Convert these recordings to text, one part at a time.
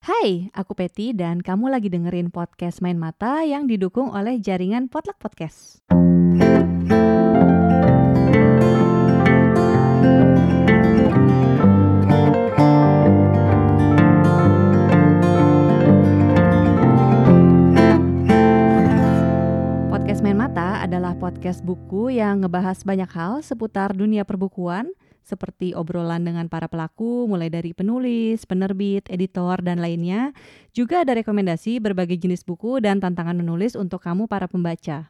Hai, aku Peti dan kamu lagi dengerin podcast Main Mata yang didukung oleh jaringan Potluck Podcast. Podcast Main Mata adalah podcast buku yang ngebahas banyak hal seputar dunia perbukuan, seperti obrolan dengan para pelaku, mulai dari penulis, penerbit, editor, dan lainnya. Juga ada rekomendasi berbagai jenis buku dan tantangan menulis untuk kamu para pembaca.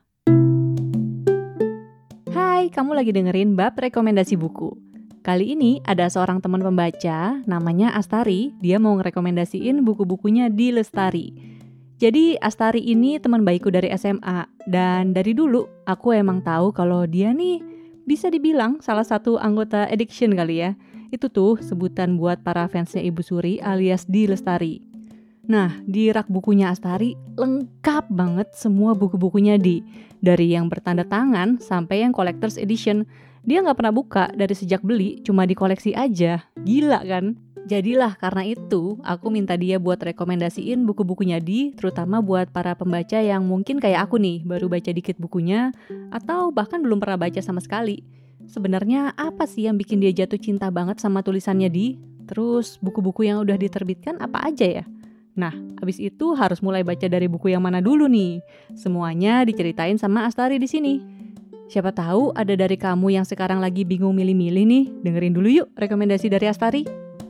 Hai, kamu lagi dengerin bab rekomendasi buku. Kali ini ada seorang teman pembaca, namanya Astari. Dia mau ngerekomendasiin buku-bukunya di Lestari. Jadi Astari ini teman baikku dari SMA, dan dari dulu aku emang tahu kalau dia nih bisa dibilang salah satu anggota Addiction kali ya. Itu tuh sebutan buat para fansnya Ibu Suri alias Di Lestari. Nah, di rak bukunya Astari lengkap banget semua buku-bukunya dari yang bertanda tangan sampai yang collector's edition. Dia nggak pernah buka dari sejak beli, cuma dikoleksi aja. Gila kan? Jadilah karena itu, aku minta dia buat rekomendasiin buku-bukunya terutama buat para pembaca yang mungkin kayak aku nih, baru baca dikit bukunya, atau bahkan belum pernah baca sama sekali. Sebenarnya apa sih yang bikin dia jatuh cinta banget sama tulisannya Terus buku-buku yang udah diterbitkan apa aja ya? Nah, abis itu harus mulai baca dari buku yang mana dulu nih. Semuanya diceritain sama Astari di sini. Siapa tahu ada dari kamu yang sekarang lagi bingung milih-milih nih, dengerin dulu yuk rekomendasi dari Astari.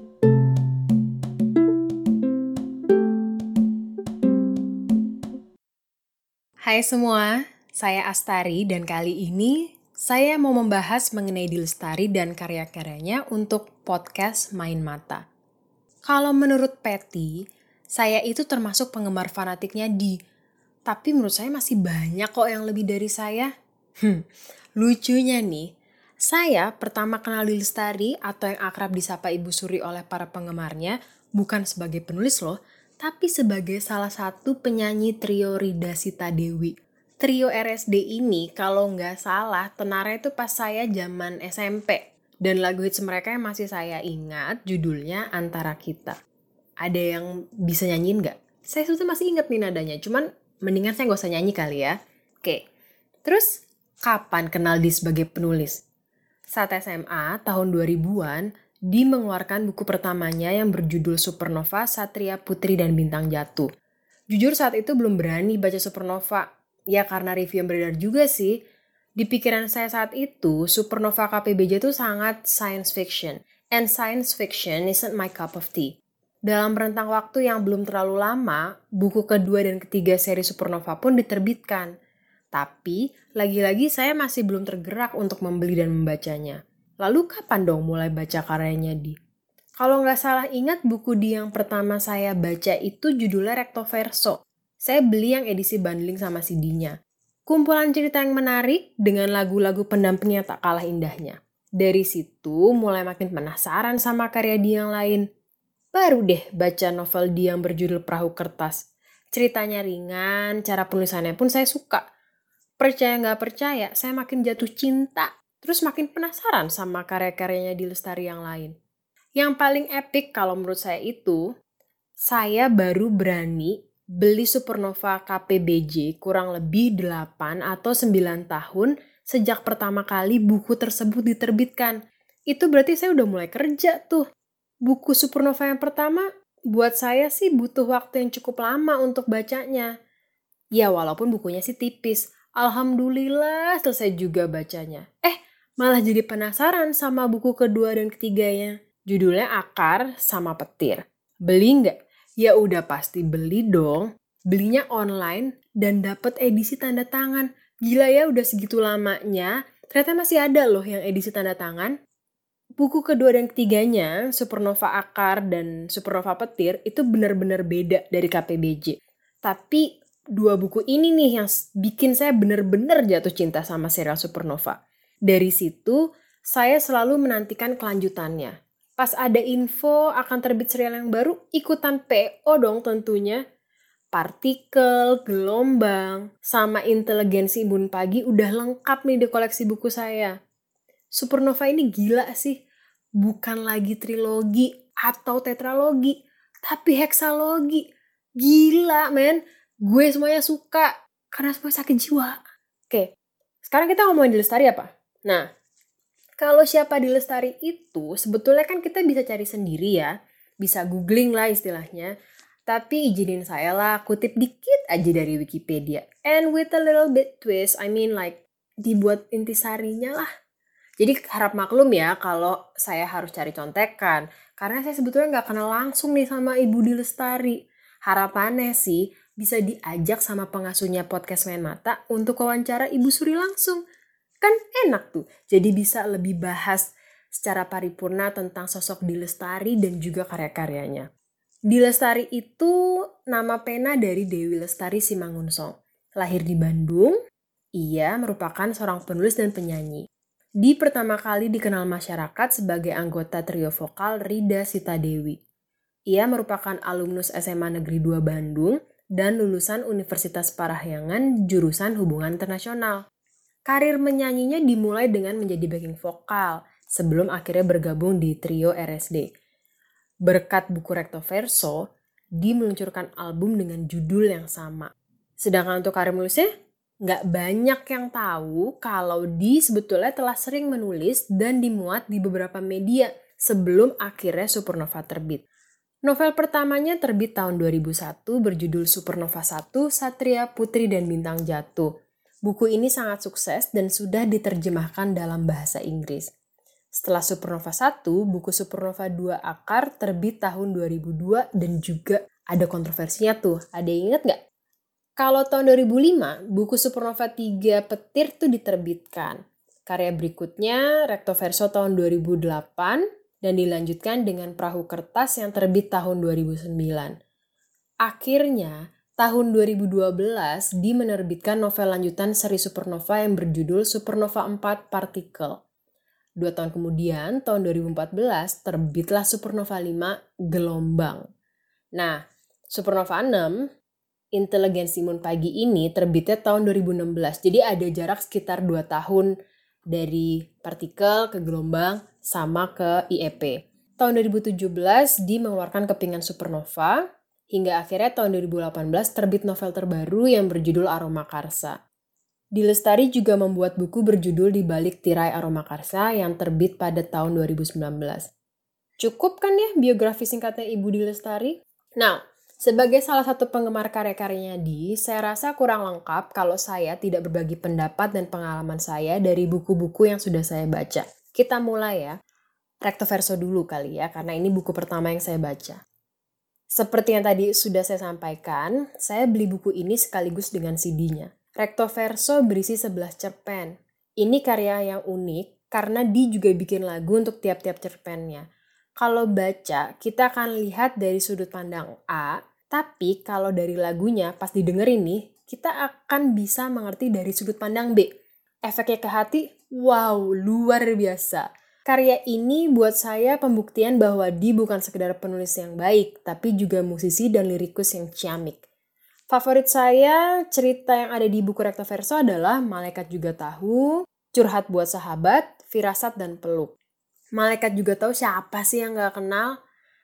Hai semua, saya Astari dan kali ini saya mau membahas mengenai Di Lestari dan karya-karyanya untuk podcast Main Mata. Kalau menurut Peti, saya itu termasuk penggemar fanatiknya tapi menurut saya masih banyak kok yang lebih dari saya. Lucunya nih, saya pertama kenal Di Lestari atau yang akrab disapa Ibu Suri oleh para penggemarnya bukan sebagai penulis loh, tapi sebagai salah satu penyanyi trio Rida Sita Dewi. Trio RSD ini kalau nggak salah tenarnya itu pas saya zaman SMP. Dan lagu hits mereka yang masih saya ingat judulnya Antara Kita. Ada yang bisa nyanyiin nggak? Saya sebetulnya masih ingat nih nadanya, cuman mendingan saya nggak usah nyanyi kali ya. Oke, terus kapan kenal Di sebagai penulis? Saat SMA tahun 2000-an, Di mengeluarkan buku pertamanya yang berjudul Supernova, Satria Putri dan Bintang Jatuh. Jujur saat itu belum berani baca Supernova. Ya karena review yang beredar juga sih. Di pikiran saya saat itu, Supernova KPBJ itu sangat science fiction. And science fiction isn't my cup of tea. Dalam rentang waktu yang belum terlalu lama, buku kedua dan ketiga seri Supernova pun diterbitkan. Tapi, lagi-lagi saya masih belum tergerak untuk membeli dan membacanya. Lalu kapan dong mulai baca karyanya Di? Kalau nggak salah ingat buku Di yang pertama saya baca itu judulnya Recto Verso. Saya beli yang edisi bundling sama CD-nya. Kumpulan cerita yang menarik dengan lagu-lagu pendampingnya tak kalah indahnya. Dari situ mulai makin penasaran sama karya Di yang lain. Baru deh baca novel Di yang berjudul Perahu Kertas. Ceritanya ringan, cara penulisannya pun saya suka. Percaya nggak percaya, saya makin jatuh cinta. Terus makin penasaran sama karya-karyanya Di Lestari yang lain. Yang paling epic kalau menurut saya itu, saya baru berani beli Supernova KPBJ kurang lebih 8 atau 9 tahun sejak pertama kali buku tersebut diterbitkan. Itu berarti saya udah mulai kerja tuh. Buku Supernova yang pertama buat saya sih butuh waktu yang cukup lama untuk bacanya. Ya walaupun bukunya sih tipis. Alhamdulillah selesai juga bacanya. Malah jadi penasaran sama buku kedua dan ketiganya. Judulnya Akar sama Petir. Beli nggak? Ya udah pasti beli dong. Belinya online dan dapet edisi tanda tangan. Gila ya udah segitu lamanya. Ternyata masih ada loh yang edisi tanda tangan. Buku kedua dan ketiganya, Supernova Akar dan Supernova Petir, itu benar-benar beda dari KPBJ. Tapi dua buku ini nih yang bikin saya benar-benar jatuh cinta sama serial Supernova. Dari situ, saya selalu menantikan kelanjutannya. Pas ada info akan terbit serial yang baru, ikutan PO dong tentunya. Partikel, gelombang, sama inteligensi Embun Pagi udah lengkap nih di koleksi buku saya. Supernova ini gila sih. Bukan lagi trilogi atau tetralogi, Tapi heksalogi, gila men. Gue semuanya suka, karena semuanya sakit jiwa. Oke, sekarang kita ngomongin di Lestari apa? Nah, kalau siapa di Lestari itu sebetulnya kan kita bisa cari sendiri ya. Bisa googling lah istilahnya. Tapi izinin saya lah kutip dikit aja dari Wikipedia. And with a little bit twist, I mean like dibuat intisarinya lah. Jadi harap maklum ya kalau saya harus cari contekan. Karena saya sebetulnya nggak kenal langsung nih sama Ibu di Lestari. Harapannya sih bisa diajak sama pengasuhnya podcast Main Mata untuk wawancara Ibu Suri langsung. Kan enak tuh, jadi bisa lebih bahas secara paripurna tentang sosok Di Lestari dan juga karya-karyanya. Di Lestari itu nama pena dari Dewi Lestari Simangunsong. Lahir di Bandung, ia merupakan seorang penulis dan penyanyi. Di pertama kali dikenal masyarakat sebagai anggota trio vokal Rida Sita Dewi. Ia merupakan alumnus SMA Negeri 2 Bandung dan lulusan Universitas Parahyangan jurusan Hubungan Internasional. Karir menyanyinya dimulai dengan menjadi backing vokal sebelum akhirnya bergabung di trio RSD. Berkat buku Recto Verso, Di meluncurkan album dengan judul yang sama. Sedangkan untuk karir menulisnya, nggak banyak yang tahu kalau Di sebetulnya telah sering menulis dan dimuat di beberapa media sebelum akhirnya Supernova terbit. Novel pertamanya terbit tahun 2001 berjudul Supernova 1, Satria, Putri, dan Bintang Jatuh. Buku ini sangat sukses dan sudah diterjemahkan dalam bahasa Inggris. Setelah Supernova 1, buku Supernova 2 Akar terbit tahun 2002 dan juga ada kontroversinya tuh. Ada yang ingat nggak? Kalau tahun 2005, buku Supernova 3 Petir tuh diterbitkan. Karya berikutnya Recto Verso tahun 2008 dan dilanjutkan dengan Perahu Kertas yang terbit tahun 2009. Akhirnya, tahun 2012 Di menerbitkan novel lanjutan seri Supernova yang berjudul Supernova 4 Partikel. 2 tahun kemudian, tahun 2014, terbitlah Supernova 5 Gelombang. Nah, Supernova 6 Inteligensi Moon Pagi ini terbitnya tahun 2016. Jadi ada jarak sekitar 2 tahun dari Partikel ke Gelombang sama ke IEP. Tahun 2017 Di mengeluarkan Kepingan Supernova hingga akhirnya tahun 2018 terbit novel terbaru yang berjudul Aroma Karsa. Di Lestari juga membuat buku berjudul Di Balik Tirai Aroma Karsa yang terbit pada tahun 2019. Cukup kan ya biografi singkatnya Ibu Di Lestari? Nah, sebagai salah satu penggemar karya-karyanya Di, saya rasa kurang lengkap kalau saya tidak berbagi pendapat dan pengalaman saya dari buku-buku yang sudah saya baca. Kita mulai ya. Recto Verso dulu kali ya, karena ini buku pertama yang saya baca. Seperti yang tadi sudah saya sampaikan, saya beli buku ini sekaligus dengan CD-nya. Recto Verso berisi 11 cerpen. Ini karya yang unik karena Di juga bikin lagu untuk tiap-tiap cerpennya. Kalau baca, kita akan lihat dari sudut pandang A, tapi kalau dari lagunya pas didengerin nih, kita akan bisa mengerti dari sudut pandang B. Efeknya ke hati, wow, luar biasa. Karya ini buat saya pembuktian bahwa Di bukan sekedar penulis yang baik, tapi juga musisi dan lirikus yang ciamik. Favorit saya, cerita yang ada di buku Recto Verso adalah Malaikat Juga Tahu, Curhat Buat Sahabat, Firasat, dan Peluk. Malaikat Juga Tahu siapa sih yang gak kenal?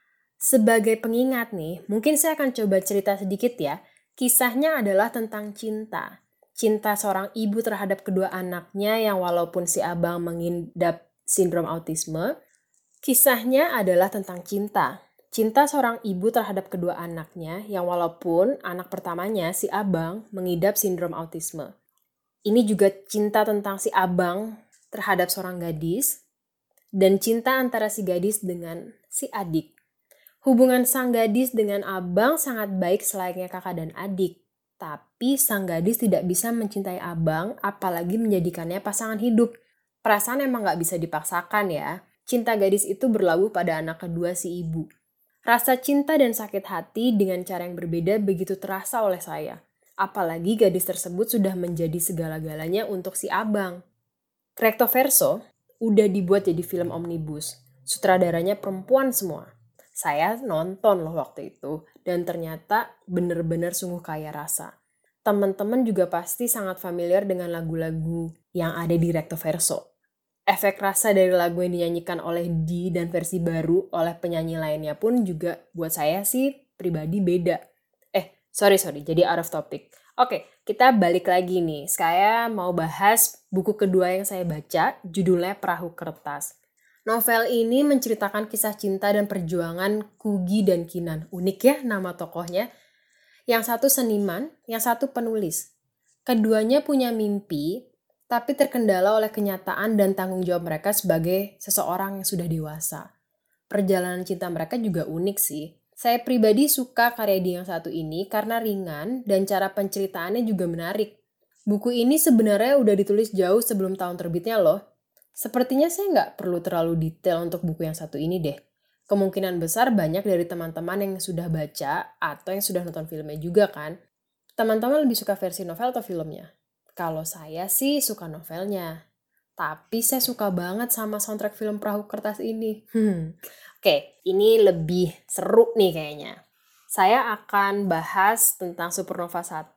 Sebagai pengingat nih, mungkin saya akan coba cerita sedikit ya. Kisahnya adalah tentang cinta. Cinta seorang ibu terhadap kedua anaknya yang walaupun si abang mengidap sindrom autisme, kisahnya adalah tentang cinta. Cinta seorang ibu terhadap kedua anaknya yang walaupun anak pertamanya si abang mengidap sindrom autisme. Ini juga cinta tentang si abang terhadap seorang gadis dan cinta antara si gadis dengan si adik. Hubungan sang gadis dengan abang sangat baik selayaknya kakak dan adik. Tapi sang gadis tidak bisa mencintai abang apalagi menjadikannya pasangan hidup. Perasaan emang gak bisa dipaksakan ya. Cinta gadis itu berlabuh pada anak kedua si ibu. Rasa cinta dan sakit hati dengan cara yang berbeda begitu terasa oleh saya. Apalagi gadis tersebut sudah menjadi segala-galanya untuk si abang. Recto Verso udah dibuat jadi film omnibus. Sutradaranya perempuan semua. Saya nonton loh waktu itu. Dan ternyata bener-bener sungguh kaya rasa. Teman-teman juga pasti sangat familiar dengan lagu-lagu yang ada di Recto Verso. efek rasa dari lagu yang dinyanyikan oleh Dee dan versi baru oleh penyanyi lainnya pun juga buat saya sih pribadi beda. Sorry, jadi out of topic. Oke, kita balik lagi nih. Saya mau bahas buku kedua yang saya baca, judulnya Perahu Kertas. Novel ini menceritakan kisah cinta dan perjuangan Kugi dan Kinan. Unik ya nama tokohnya. Yang satu seniman, yang satu penulis. Keduanya punya mimpi, tapi terkendala oleh kenyataan dan tanggung jawab mereka sebagai seseorang yang sudah dewasa. Perjalanan cinta mereka juga unik sih. Saya pribadi suka karya dia yang satu ini karena ringan dan cara penceritaannya juga menarik. Buku ini sebenarnya udah ditulis jauh sebelum tahun terbitnya loh. Sepertinya saya nggak perlu terlalu detail untuk buku yang satu ini deh. Kemungkinan besar banyak dari teman-teman yang sudah baca atau yang sudah nonton filmnya juga kan. Teman-teman lebih suka versi novel atau filmnya? Kalau saya sih suka novelnya. Tapi saya suka banget sama soundtrack film Perahu Kertas ini. Oke, ini lebih seru nih kayaknya. Saya akan bahas tentang Supernova 1.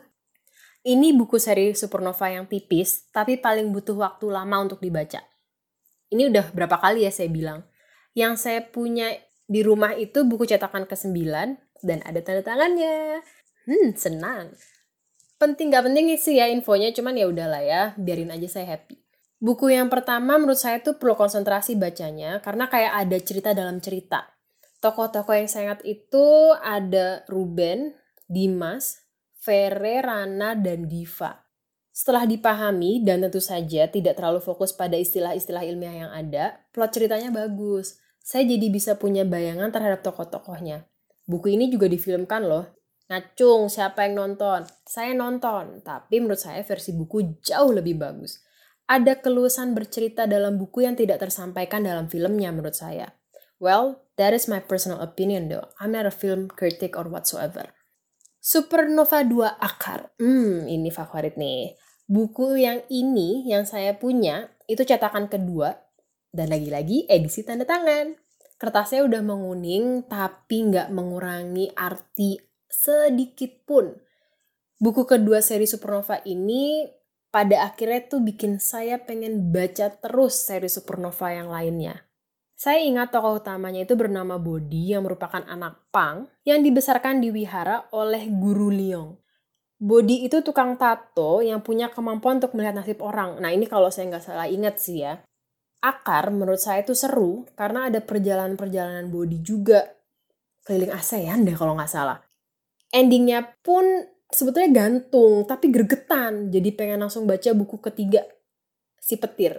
Ini buku seri Supernova yang tipis, tapi paling butuh waktu lama untuk dibaca. Ini udah berapa kali ya saya bilang. Yang saya punya di rumah itu buku cetakan ke-9 dan ada tanda tangannya. Senang. Penting gak penting sih ya infonya, cuman ya udahlah ya, biarin aja saya happy. Buku yang pertama menurut saya tuh perlu konsentrasi bacanya karena kayak ada cerita dalam cerita. Tokoh-tokoh yang saya ingat itu ada Ruben, Dimas, Vere, Rana, dan Diva. Setelah dipahami dan tentu saja tidak terlalu fokus pada istilah-istilah ilmiah yang ada, plot ceritanya bagus. Saya jadi bisa punya bayangan terhadap tokoh-tokohnya. Buku ini juga difilmkan loh. Ngacung, siapa yang nonton? Saya nonton, tapi menurut saya versi buku jauh lebih bagus. Ada keluasan bercerita dalam buku yang tidak tersampaikan dalam filmnya menurut saya. Well, that is my personal opinion though. I'm not a film critic or whatsoever. Supernova 2 Akar. Ini favorit nih. Buku yang ini yang saya punya itu cetakan kedua dan lagi-lagi edisi tanda tangan. Kertasnya udah menguning tapi nggak mengurangi arti sedikit pun. Buku kedua seri Supernova ini pada akhirnya tuh bikin saya pengen baca terus seri Supernova yang lainnya. Saya ingat tokoh utamanya itu bernama Bodhi yang merupakan anak pang yang dibesarkan di wihara oleh Guru Liong. Bodhi itu tukang tato yang punya kemampuan untuk melihat nasib orang. Nah ini kalau saya nggak salah ingat sih ya. Akar menurut saya itu seru karena ada perjalanan-perjalanan Bodhi juga. Keliling ASEAN deh kalau nggak salah. Endingnya pun sebetulnya gantung, tapi gregetan. Jadi pengen langsung baca buku ketiga, Si Petir.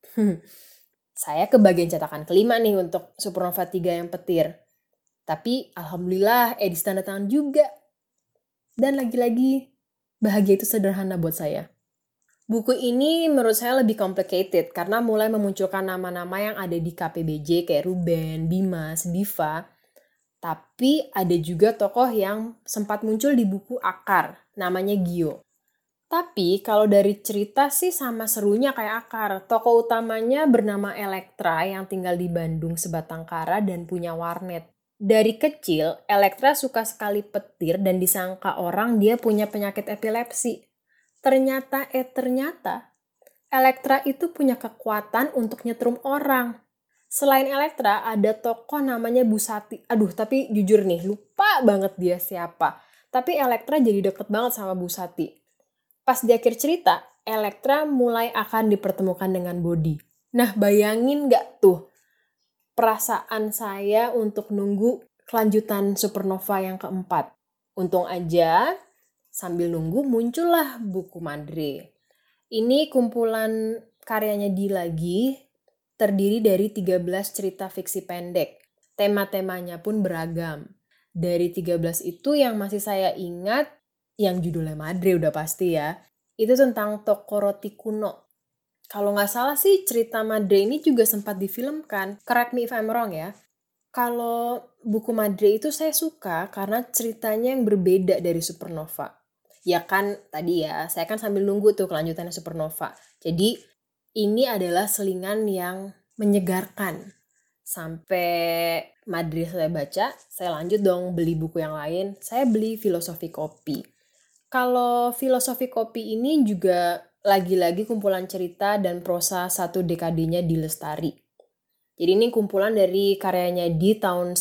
Saya ke bagian cetakan kelima nih untuk Supernova 3 yang petir. Tapi alhamdulillah edisi tanda tangan juga. Dan lagi-lagi, bahagia itu sederhana buat saya. Buku ini menurut saya lebih complicated karena mulai memunculkan nama-nama yang ada di KPBJ kayak Ruben, Dimas, Diva. Tapi ada juga tokoh yang sempat muncul di buku Akar, namanya Gio. Tapi kalau dari cerita sih sama serunya kayak Akar. Tokoh utamanya bernama Elektra yang tinggal di Bandung sebatang kara dan punya warnet. Dari kecil, Elektra suka sekali petir dan disangka orang dia punya penyakit epilepsi. Ternyata, Elektra itu punya kekuatan untuk nyetrum orang. Selain Elektra, ada tokoh namanya Busati. Aduh, tapi jujur nih, lupa banget dia siapa. Tapi Elektra jadi deket banget sama Busati. Pas di akhir cerita, Elektra mulai akan dipertemukan dengan Bodhi. Nah, bayangin gak tuh perasaan saya untuk nunggu kelanjutan Supernova yang keempat. Untung aja, sambil nunggu muncullah buku Madre. Ini kumpulan karyanya Dee lagi, terdiri dari 13 cerita fiksi pendek. Tema-temanya pun beragam. Dari 13 itu yang masih saya ingat, yang judulnya Madre udah pasti ya, itu tentang toko roti kuno. Kalau nggak salah sih cerita Madre ini juga sempat difilmkan. Correct me if I'm wrong ya. Kalau buku Madre itu saya suka karena ceritanya yang berbeda dari Supernova. Ya kan tadi ya, saya kan sambil nunggu tuh kelanjutannya Supernova. Jadi ini adalah selingan yang menyegarkan. Sampai Madrid saya baca, saya lanjut dong beli buku yang lain. Saya beli Filosofi Kopi. Kalau Filosofi Kopi ini juga lagi-lagi kumpulan cerita dan prosa satu dekadenya di Lestari. Jadi ini kumpulan dari karyanya di tahun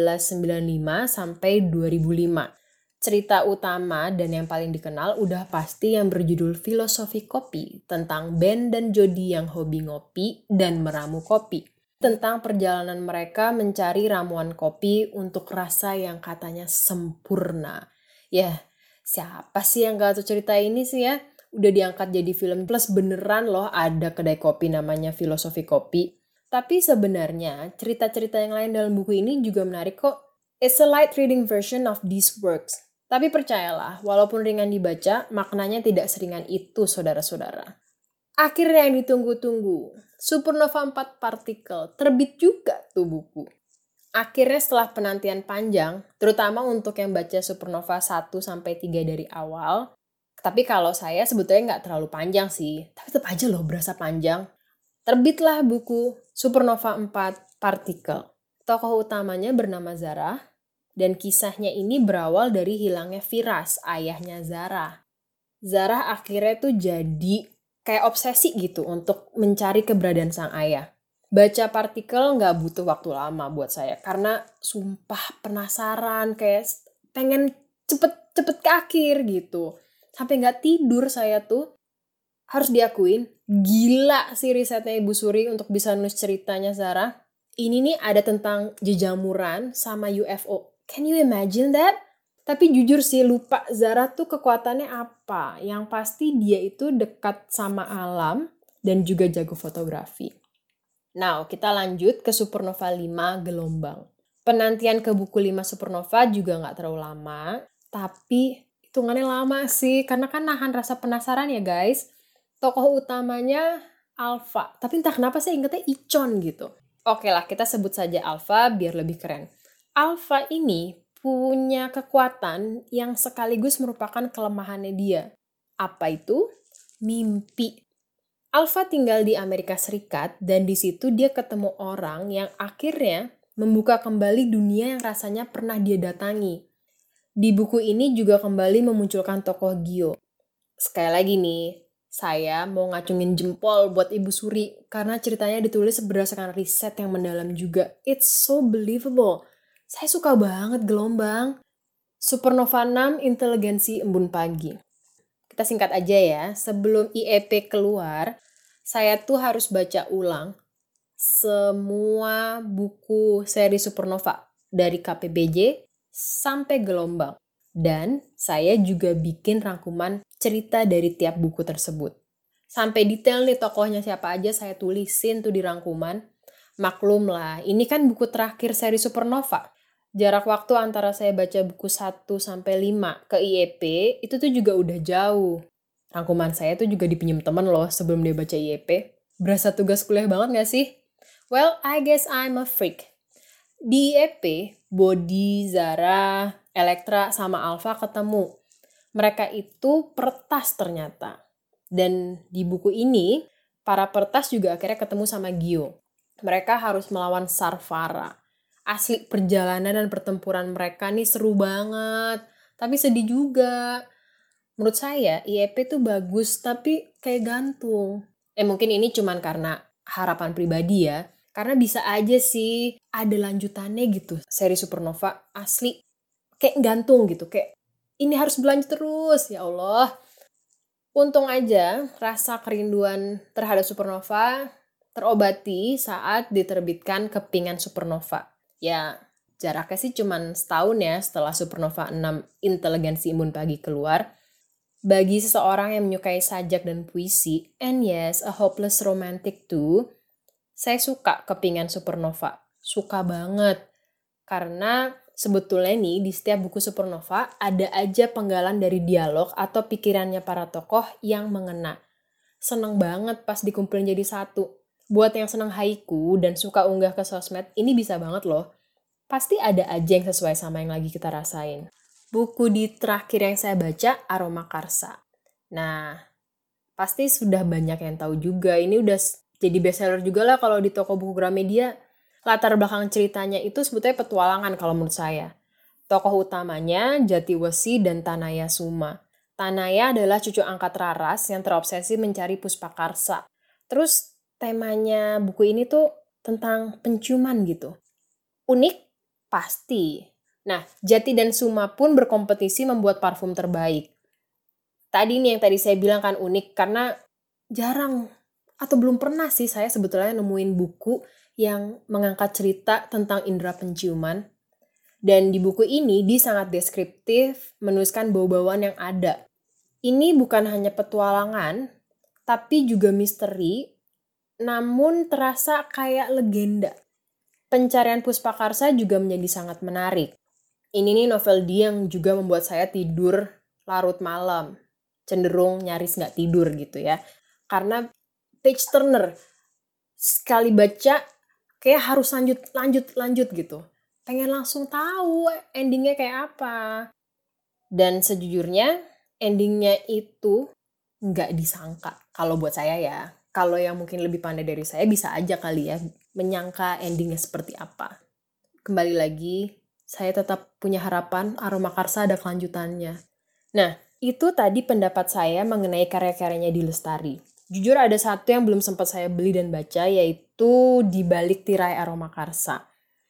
1995 sampai 2005. Cerita utama dan yang paling dikenal udah pasti yang berjudul Filosofi Kopi, tentang Ben dan Jody yang hobi ngopi dan meramu kopi. Tentang perjalanan mereka mencari ramuan kopi untuk rasa yang katanya sempurna. Ya, siapa sih yang gak tahu cerita ini sih ya? Udah diangkat jadi film, plus beneran loh ada kedai kopi namanya Filosofi Kopi. Tapi sebenarnya cerita-cerita yang lain dalam buku ini juga menarik kok. It's a light reading version of these works. Tapi percayalah, walaupun ringan dibaca, maknanya tidak seringan itu, saudara-saudara. Akhirnya yang ditunggu-tunggu, Supernova 4 Partikel, terbit juga tuh buku. Akhirnya setelah penantian panjang, terutama untuk yang baca Supernova 1-3 dari awal, tapi kalau saya sebetulnya nggak terlalu panjang sih, tapi tetap aja loh berasa panjang. Terbitlah buku Supernova 4 Partikel. Tokoh utamanya bernama Zara, dan kisahnya ini berawal dari hilangnya Firas, ayahnya Zara. Zara akhirnya tuh jadi kayak obsesi gitu untuk mencari keberadaan sang ayah. Baca Partikel nggak butuh waktu lama buat saya, karena sumpah penasaran, kayak pengen cepet-cepet ke akhir gitu. Sampai nggak tidur saya tuh. Harus diakuin, gila sih risetnya Ibu Suri untuk bisa nulis ceritanya Zara. Ini nih ada tentang jejamuran sama UFO. Can you imagine that? Tapi jujur sih lupa Zara tuh kekuatannya apa. Yang pasti dia itu dekat sama alam dan juga jago fotografi. Now, kita lanjut ke Supernova 5 Gelombang. Penantian ke buku 5 Supernova juga gak terlalu lama. Tapi hitungannya lama sih, karena kan nahan rasa penasaran ya guys. Tokoh utamanya Alpha, tapi entah kenapa saya ingetnya Ichon gitu. Oke lah, kita sebut saja Alpha biar lebih keren. Alpha ini punya kekuatan yang sekaligus merupakan kelemahannya dia. Apa itu? Mimpi. Alpha tinggal di Amerika Serikat dan di situ dia ketemu orang yang akhirnya membuka kembali dunia yang rasanya pernah dia datangi. Di buku ini juga kembali memunculkan tokoh Gio. Sekali lagi nih, saya mau ngacungin jempol buat Ibu Suri karena ceritanya ditulis berdasarkan riset yang mendalam juga. It's so believable. Saya suka banget Gelombang. Supernova 6 Inteligensi Embun Pagi. Kita singkat aja ya, sebelum IEP keluar, saya tuh harus baca ulang semua buku seri Supernova dari KPBJ sampai Gelombang. Dan saya juga bikin rangkuman cerita dari tiap buku tersebut. Sampai detail nih tokohnya siapa aja saya tulisin tuh di rangkuman. Maklum lah, ini kan buku terakhir seri Supernova. Jarak waktu antara saya baca buku 1-5 ke IEP itu tuh juga udah jauh. Rangkuman saya tuh juga dipinjam temen loh sebelum dia baca IEP. Berasa tugas kuliah banget gak sih? Well, I guess I'm a freak. Di IEP, Body, Zara, Elektra, sama Alpha ketemu. Mereka itu peretas ternyata. Dan di buku ini, para peretas juga akhirnya ketemu sama Gio. Mereka harus melawan Sarfara. Asli perjalanan dan pertempuran mereka nih seru banget. Tapi sedih juga. Menurut saya, IEP tuh bagus tapi kayak gantung. Mungkin ini cuman karena harapan pribadi ya. Karena bisa aja sih ada lanjutannya gitu. Seri Supernova asli kayak gantung gitu. Kayak ini harus berlanjut terus, ya Allah. Untung aja rasa kerinduan terhadap Supernova terobati saat diterbitkan Kepingan Supernova. Ya, jaraknya sih cuman setahun ya setelah Supernova 6 Inteligensi Embun Pagi keluar. Bagi seseorang yang menyukai sajak dan puisi, and yes, a hopeless romantic too, saya suka Kepingan Supernova. Suka banget. Karena sebetulnya nih di setiap buku Supernova ada aja penggalan dari dialog atau pikirannya para tokoh yang mengena. Seneng banget pas dikumpulin jadi satu. Buat yang seneng haiku dan suka unggah ke sosmed, ini bisa banget loh. Pasti ada aja yang sesuai sama yang lagi kita rasain. Buku di terakhir yang saya baca, Aroma Karsa. Nah, pasti sudah banyak yang tahu juga. Ini udah jadi bestseller juga lah kalau di toko buku Gramedia. Latar belakang ceritanya itu sebetulnya petualangan kalau menurut saya. Tokoh utamanya Jatiwesi dan Tanaya Suma. Tanaya adalah cucu angkat Raras yang terobsesi mencari Puspakarsa. Terus temanya buku ini tuh tentang penciuman gitu. Unik? Pasti. Nah, Jati dan Suma pun berkompetisi membuat parfum terbaik. Tadi nih yang tadi saya bilang kan unik karena jarang atau belum pernah sih saya sebetulnya nemuin buku yang mengangkat cerita tentang indera penciuman. Dan di buku ini dia sangat deskriptif menuliskan bau-bauan yang ada. Ini bukan hanya petualangan, tapi juga misteri, namun terasa kayak legenda. Pencarian Puspakarsa juga menjadi sangat menarik. Ini nih novel dia yang juga membuat saya tidur larut malam. Cenderung nyaris nggak tidur gitu ya. Karena page turner. Sekali baca kayak harus lanjut gitu. Pengen langsung tahu endingnya kayak apa. Dan sejujurnya endingnya itu nggak disangka. Kalau buat saya ya. Kalau yang mungkin lebih pandai dari saya bisa aja kali ya menyangka endingnya seperti apa. Kembali lagi, saya tetap punya harapan Aroma Karsa ada kelanjutannya. Nah, itu tadi pendapat saya mengenai karya-karyanya di Lestari. Jujur ada satu yang belum sempat saya beli dan baca, yaitu Di Balik Tirai Aroma Karsa.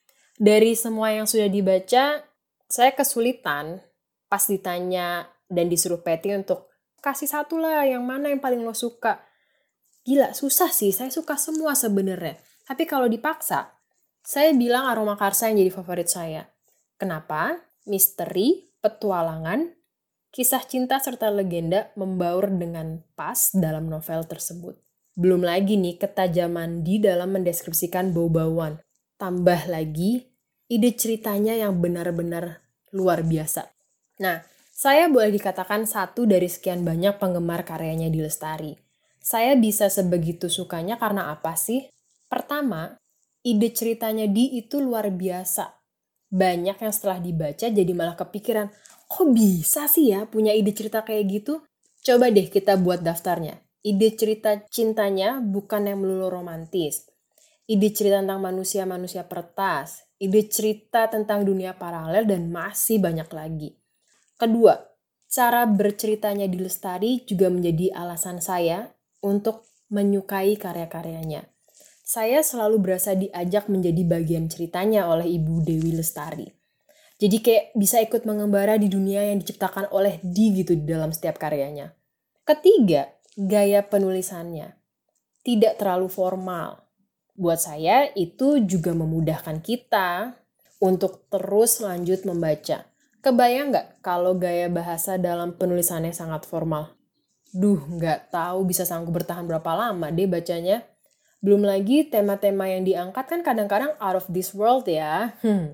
Dari semua yang sudah dibaca, saya kesulitan pas ditanya dan disuruh Peti untuk kasih satu lah yang mana yang paling lo suka. Gila, susah sih, saya suka semua sebenarnya. Tapi kalau dipaksa, saya bilang Aroma Karsa yang jadi favorit saya. Kenapa? Misteri, petualangan, kisah cinta serta legenda membaur dengan pas dalam novel tersebut. Belum lagi nih ketajaman di dalam mendeskripsikan bau-bauan. Tambah lagi ide ceritanya yang benar-benar luar biasa. Nah, saya boleh dikatakan satu dari sekian banyak penggemar karyanya di Lestari. Saya bisa sebegitu sukanya karena apa sih? Pertama, ide ceritanya di itu luar biasa. Banyak yang setelah dibaca jadi malah kepikiran, kok bisa sih ya punya ide cerita kayak gitu? Coba deh kita buat daftarnya. Ide cerita cintanya bukan yang melulu romantis. Ide cerita tentang manusia-manusia peretas. Ide cerita tentang dunia paralel dan masih banyak lagi. Kedua, cara berceritanya di Lestari juga menjadi alasan saya untuk menyukai karya-karyanya. Saya selalu berasa diajak menjadi bagian ceritanya oleh Ibu Dewi Lestari. Jadi kayak bisa ikut mengembara di dunia yang diciptakan oleh Di gitu di dalam setiap karyanya. Ketiga, gaya penulisannya. Tidak terlalu formal. Buat saya itu juga memudahkan kita untuk terus lanjut membaca. Kebayang nggak kalau gaya bahasa dalam penulisannya sangat formal? Duh, nggak tahu bisa sanggup bertahan berapa lama deh bacanya. Belum lagi tema-tema yang diangkat kan kadang-kadang out of this world ya.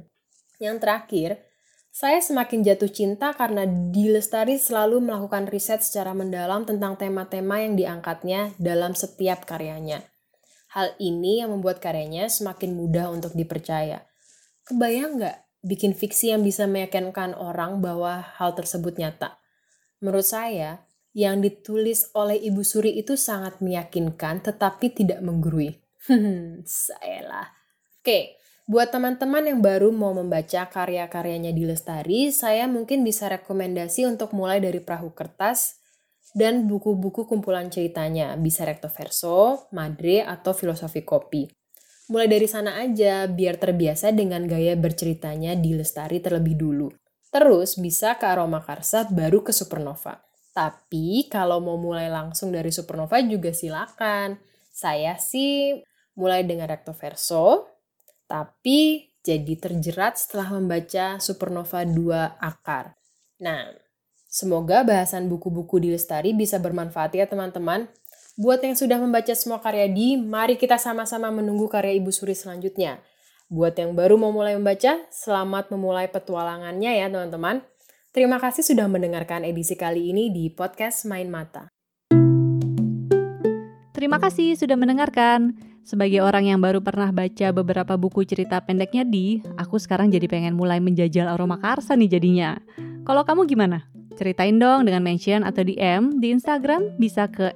Yang terakhir, saya semakin jatuh cinta karena Di Lestari selalu melakukan riset secara mendalam tentang tema-tema yang diangkatnya dalam setiap karyanya. Hal ini yang membuat karyanya semakin mudah untuk dipercaya. Kebayang nggak bikin fiksi yang bisa meyakinkan orang bahwa hal tersebut nyata? Menurut saya, yang ditulis oleh Ibu Suri itu sangat meyakinkan tetapi tidak menggurui. Sayalah. Oke, buat teman-teman yang baru mau membaca karya-karyanya di Lestari, saya mungkin bisa rekomendasi untuk mulai dari Perahu Kertas dan buku-buku kumpulan ceritanya, bisa Recto Verso, Madre, atau Filosofi Kopi. Mulai dari sana aja biar terbiasa dengan gaya berceritanya di Lestari terlebih dulu. Terus bisa ke Aroma Karsa baru ke Supernova. Tapi kalau mau mulai langsung dari Supernova juga silakan. Saya sih mulai dengan Recto Verso, tapi jadi terjerat setelah membaca Supernova 2 Akar. Nah, semoga bahasan buku-buku di Lestari bisa bermanfaat ya teman-teman. Buat yang sudah membaca semua karya Di, mari kita sama-sama menunggu karya Ibu Suri selanjutnya. Buat yang baru mau mulai membaca, selamat memulai petualangannya ya teman-teman. Terima kasih sudah mendengarkan edisi kali ini di podcast Main Mata. Terima kasih sudah mendengarkan. Sebagai orang yang baru pernah baca beberapa buku cerita pendeknya Di, aku sekarang jadi pengen mulai menjajal Aroma Karsa nih jadinya. Kalau kamu gimana? Ceritain dong dengan mention atau DM di Instagram, bisa ke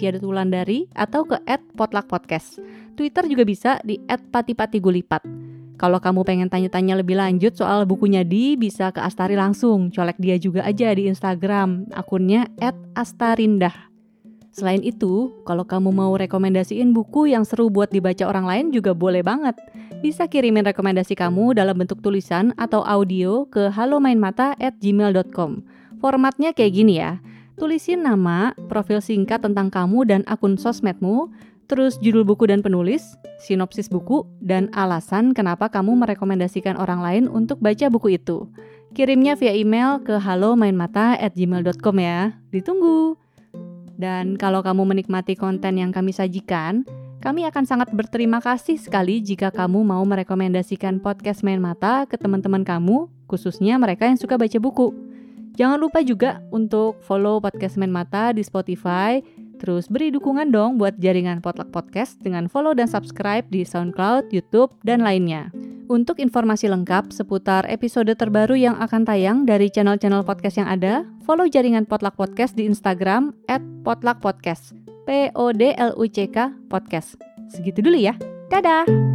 @patricia.wulandari atau ke @potluckpodcast. Twitter juga bisa di @patipatigulipat. Kalau kamu pengen tanya-tanya lebih lanjut soal bukunya Di, bisa ke Astari langsung. Colek dia juga aja di Instagram, akunnya @astarindah. Selain itu, kalau kamu mau rekomendasiin buku yang seru buat dibaca orang lain juga boleh banget. Bisa kirimin rekomendasi kamu dalam bentuk tulisan atau audio ke halomainmata@gmail.com. Formatnya kayak gini ya. Tulisin nama, profil singkat tentang kamu dan akun sosmedmu, terus judul buku dan penulis, sinopsis buku, dan alasan kenapa kamu merekomendasikan orang lain untuk baca buku itu. Kirimnya via email ke halomainmata@gmail.com ya. Ditunggu! Dan kalau kamu menikmati konten yang kami sajikan, kami akan sangat berterima kasih sekali jika kamu mau merekomendasikan podcast Main Mata ke teman-teman kamu, khususnya mereka yang suka baca buku. Jangan lupa juga untuk follow podcast Main Mata di Spotify, terus beri dukungan dong buat jaringan Potluck Podcast dengan follow dan subscribe di SoundCloud, YouTube, dan lainnya. Untuk informasi lengkap seputar episode terbaru yang akan tayang dari channel-channel podcast yang ada, follow jaringan Potluck Podcast di Instagram @potluckpodcast, PODLUCK Podcast. Segitu dulu ya, dadah!